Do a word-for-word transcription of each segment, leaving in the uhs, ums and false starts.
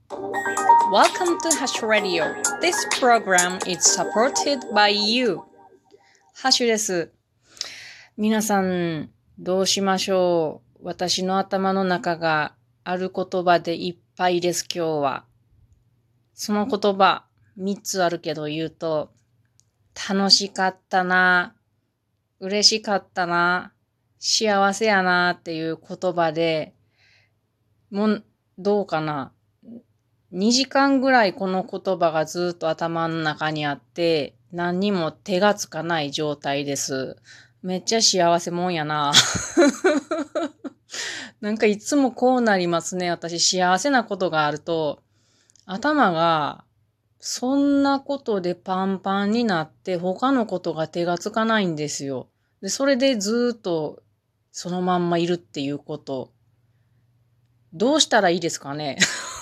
Welcome to Hash Radio. This program is supported by you. ハッシュです。皆さん、どうしましょう。私の頭の中がある言葉でいっぱいです、今日は。その言葉、みっつあるけど言うと、楽しかったな、嬉しかったな、幸せやなっていう言葉で、もう、どうかな。にじかんぐらいこの言葉がずっと頭の中にあって、何にも手がつかない状態です。めっちゃ幸せもんやな。なんかいつもこうなりますね。私幸せなことがあると、頭がそんなことでパンパンになって他のことが手がつかないんですよ。で、それでずっとそのまんまいるっていうこと。どうしたらいいですかね。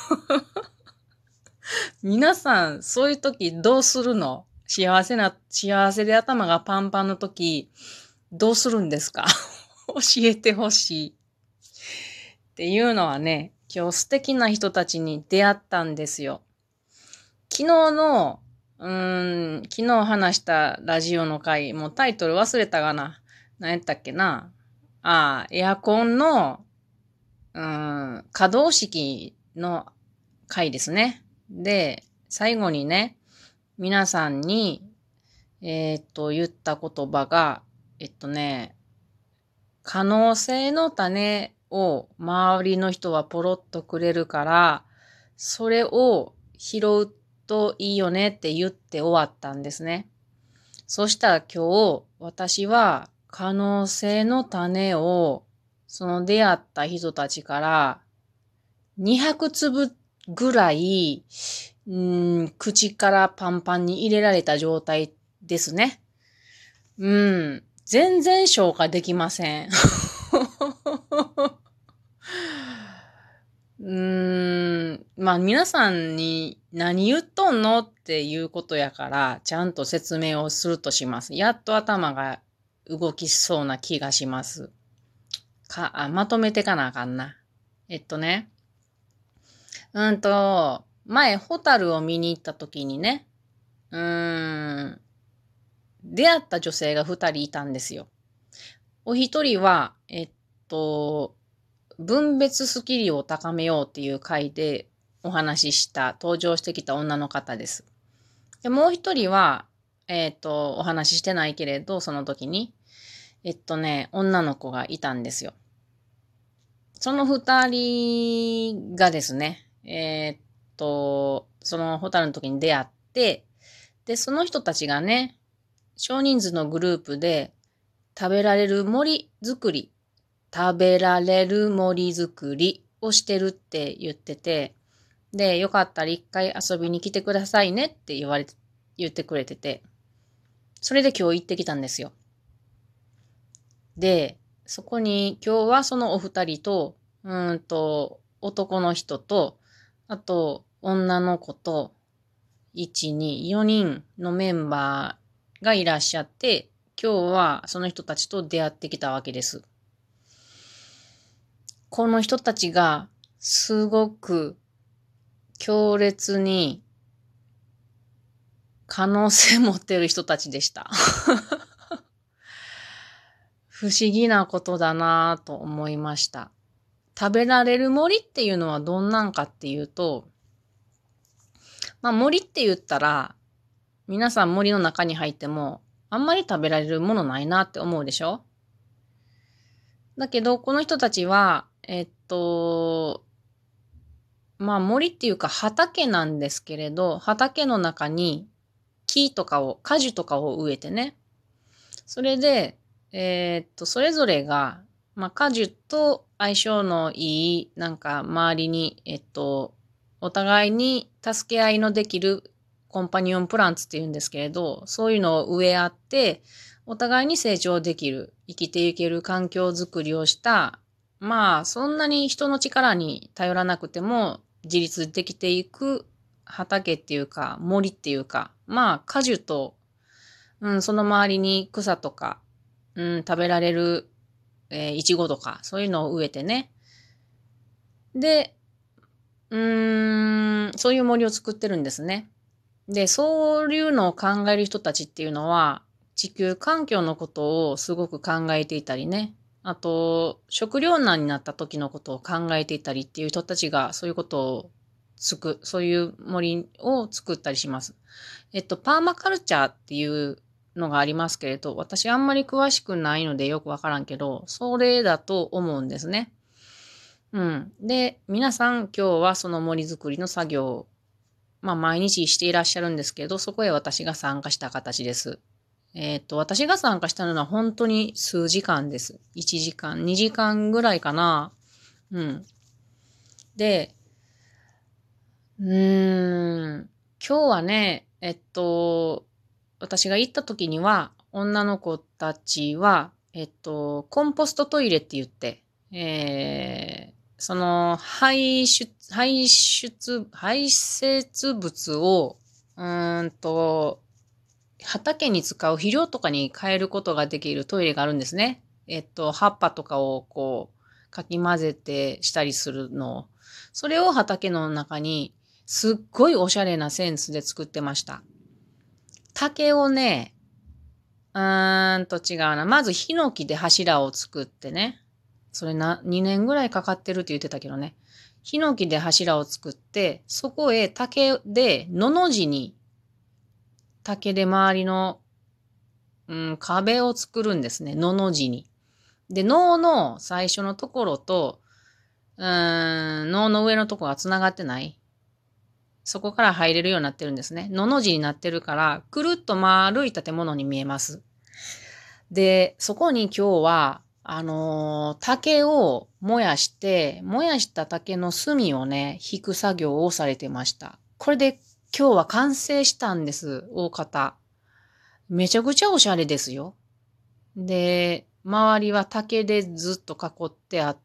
皆さん、そういう時どうするの？幸せな、幸せで頭がパンパンの時、どうするんですか？教えてほしい。っていうのはね、今日素敵な人たちに出会ったんですよ。昨日の、うーん、昨日話したラジオの回、もうタイトル忘れたかな。何やったっけな。ああ、エアコンの、うーん、可動式の回ですね。で、最後にね、皆さんに、えーっと、言った言葉が、えっとね、可能性の種を周りの人はポロッとくれるから、それを拾うといいよねって言って終わったんですね。そしたら今日、私は可能性の種を、その出会った人たちからにひゃくつぶぐらい、うーん、口からパンパンに入れられた状態ですね。うん。全然消化できません。うーん。まあ皆さんに何言っとんのっていうことやから、ちゃんと説明をするとします。やっと頭が動きそうな気がします。か、あ、まとめてかなあかんな。えっとね。うんと、前、ホタルを見に行った時にね、うーん、出会った女性が二人いたんですよ。お一人は、えっと、分別スキルを高めようっていう回でお話しした、登場してきた女の方です。で、もう一人は、えっと、お話ししてないけれど、その時に、えっとね、女の子がいたんですよ。その二人がですね、えっと、そのホタルの時に出会って、で、その人たちがね、少人数のグループで食べられる森作り、食べられる森作りをしてるって言ってて、で、よかったら一回遊びに来てくださいねって言われて、言ってくれてて、それで今日行ってきたんですよ。で、そこに今日はそのお二人と、うーんと、男の人と、あと女の子と、いち、に、よにんのメンバーがいらっしゃって、今日はその人たちと出会ってきたわけです。この人たちがすごく強烈に可能性持ってる人たちでした。不思議なことだなぁと思いました。食べられる森っていうのはどんなんかっていうと、まあ森って言ったら、皆さん森の中に入っても、あんまり食べられるものないなって思うでしょ？だけど、この人たちは、えっと、まあ森っていうか畑なんですけれど、畑の中に木とかを、果樹とかを植えてね。それで、えーっと、それぞれが、まあ果樹と相性のいい、なんか周りに、えっと、お互いに助け合いのできるコンパニオンプランツって言うんですけれど、そういうのを植え合って、お互いに成長できる、生きていける環境づくりをした、まあ、そんなに人の力に頼らなくても自立できていく畑っていうか、森っていうか、まあ、果樹と、うん、その周りに草とか、うん、食べられる、えー、いちごとか、そういうのを植えてね。で、うーそういう森を作ってるんですね。で、そういうのを考える人たちっていうのは、地球環境のことをすごく考えていたりね。あと、食糧難になった時のことを考えていたりっていう人たちが、そういうことをつく、そういう森を作ったりします。えっと、パーマカルチャーっていうのがありますけれど、私あんまり詳しくないのでよくわからんけど、それだと思うんですね。うん。で、皆さん今日はその森作りの作業を、まあ毎日していらっしゃるんですけど、そこへ私が参加した形です。えっと、私が参加したのは本当に数時間です。いちじかん、にじかんぐらいかな。うん。で、うーん、今日はね、えっと、私が行った時には、女の子たちは、えっと、コンポストトイレって言って、えー、その、排出、排出、排泄物を、うーんと、畑に使う肥料とかに変えることができるトイレがあるんですね。えっと、葉っぱとかをこう、かき混ぜてしたりするのを。それを畑の中に、すっごいおしゃれなセンスで作ってました。竹をね、うーんと違うな。まずヒノキで柱を作ってね。それな、にねんぐらいかかってるって言ってたけどね。ヒノキで柱を作って、そこへ竹で、のの字に、竹で周りの、うん、壁を作るんですね。のの字に。で、脳の最初のところと、うーん、脳の上のところが繋がってない。そこから入れるようになってるんですね。のの字になってるから、くるっと丸い建物に見えます。で、そこに今日は、あのー竹を燃やして、燃やした竹の炭をね、引く作業をされてました。これで今日は完成したんです、大方。めちゃくちゃおしゃれですよ。で、周りは竹でずっと囲ってあって、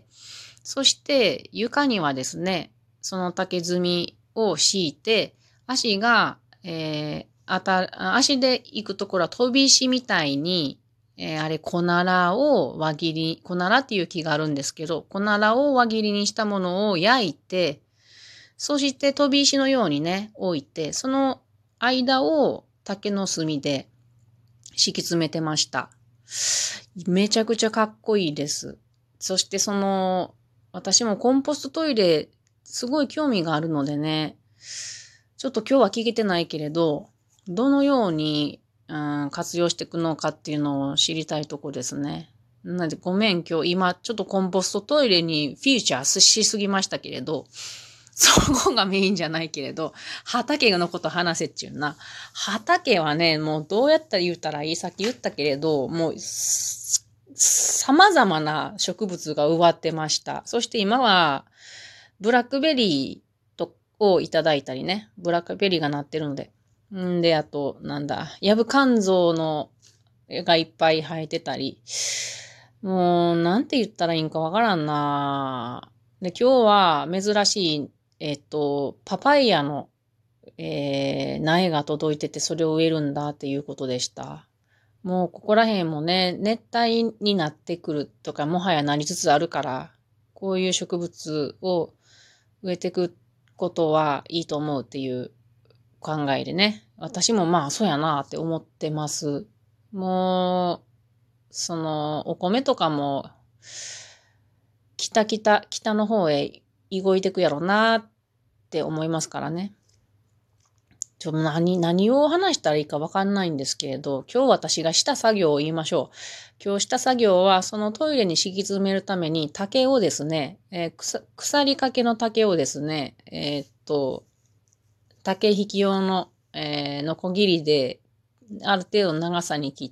そして床にはですね、その竹積みを敷いて、足が、えー、あた、足で行くところは飛び石みたいに、えーあれ、小ナラを輪切り、小ナラっていう木があるんですけど、小ナラを輪切りにしたものを焼いて、そして飛び石のようにね、置いて、その間を竹の炭で敷き詰めてました。めちゃくちゃかっこいいです。そしてその、私もコンポストトイレ、すごい興味があるのでね、ちょっと今日は聞けてないけれど、どのように、うん、活用していくのかっていうのを知りたいとこですね。なのでごめん、今日今ちょっとコンポストトイレにフィーチャーしすぎましたけれど、そこがメインじゃないけれど、畑のこと話せっちゅうな。畑はね、もうどうやったら言ったらいい、さっき言ったけれど、もう、様々な植物が植わってました。そして今は、ブラックベリーとをいただいたりね、ブラックベリーがなってるので。んで、あと、なんだ、ヤブカンゾウの絵がいっぱい生えてたり、もう、なんて言ったらいいんかわからんな。で、今日は珍しい、えっと、パパイヤの、えー苗が届いてて、それを植えるんだっていうことでした。もう、ここら辺もね、熱帯になってくるとか、もはやなりつつあるから、こういう植物を植えていくことはいいと思うっていう考えでね。私もまあ、そうやなって思ってます。もう、その、お米とかも、北北、北の方へ動いてくやろなって思いますからね。ちょ、何、何を話したらいいかわかんないんですけれど、今日私がした作業を言いましょう。今日した作業は、そのトイレに敷き詰めるために竹をですね、えー、腐腐りかけの竹をですね、えーっと、竹引き用の、えー、ノコギリで、ある程度の長さに切って、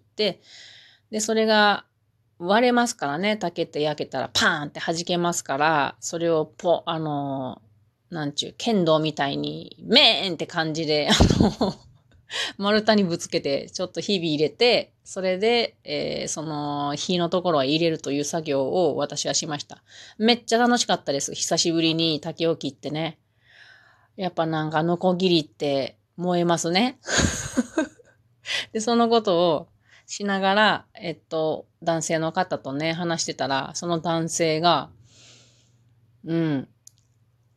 で、それが割れますからね、竹って焼けたらパーンって弾けますから、それをポ、あの、なんちゅう、剣道みたいに、メーンって感じで、あの、丸太にぶつけて、ちょっとひび入れて、それで、えーその火のところは入れるという作業を私はしました。めっちゃ楽しかったです。久しぶりに竹を切ってね。やっぱなんかノコギリって燃えますね。で、そのことをしながら、えっと、男性の方とね、話してたら、その男性が、うん、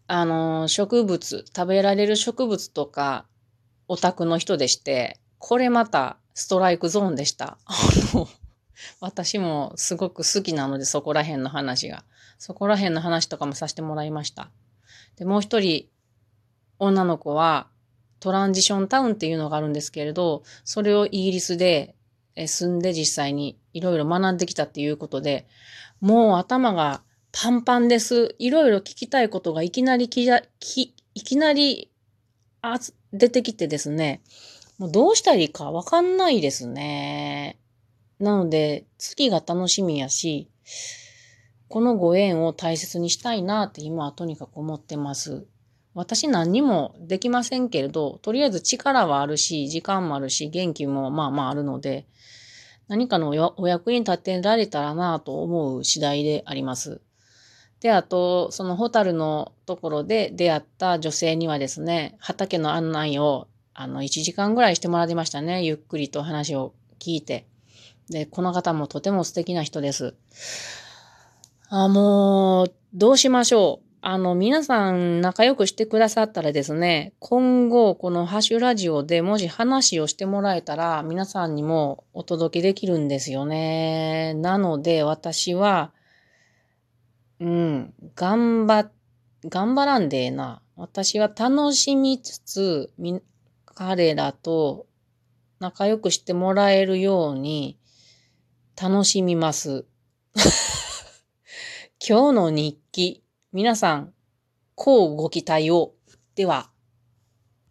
あの、植物、食べられる植物とか、オタクの人でして、これまたストライクゾーンでした。あの、私もすごく好きなので、そこら辺の話が。そこら辺の話とかもさせてもらいました。で、もう一人、女の子は、トランジションタウンっていうのがあるんですけれど、それをイギリスで住んで実際にいろいろ学んできたっていうことで、もう頭がパンパンです。いろいろ聞きたいことがいきなりきき、いきなりあ出てきてですね、もうどうしたらいいかわかんないですね。なので、次が楽しみやし、このご縁を大切にしたいなって今はとにかく思ってます。私何にもできませんけれど、とりあえず力はあるし、時間もあるし、元気もまあまああるので、何かのお役に立てられたらなと思う次第であります。で、あと、そのホタルのところで出会った女性にはですね、畑の案内を、あの、いちじかんぐらいしてもらいましたね。ゆっくりと話を聞いて。で、この方もとても素敵な人です。あ、もう、どうしましょう。あの、皆さん仲良くしてくださったらですね、今後、このハッシュラジオでもし話をしてもらえたら、皆さんにもお届けできるんですよね。なので、私は、うん、頑張、頑張らんでええな。私は楽しみつつ、み、彼らと仲良くしてもらえるように楽しみます。今日の日記、皆さん、こうご期待を。では。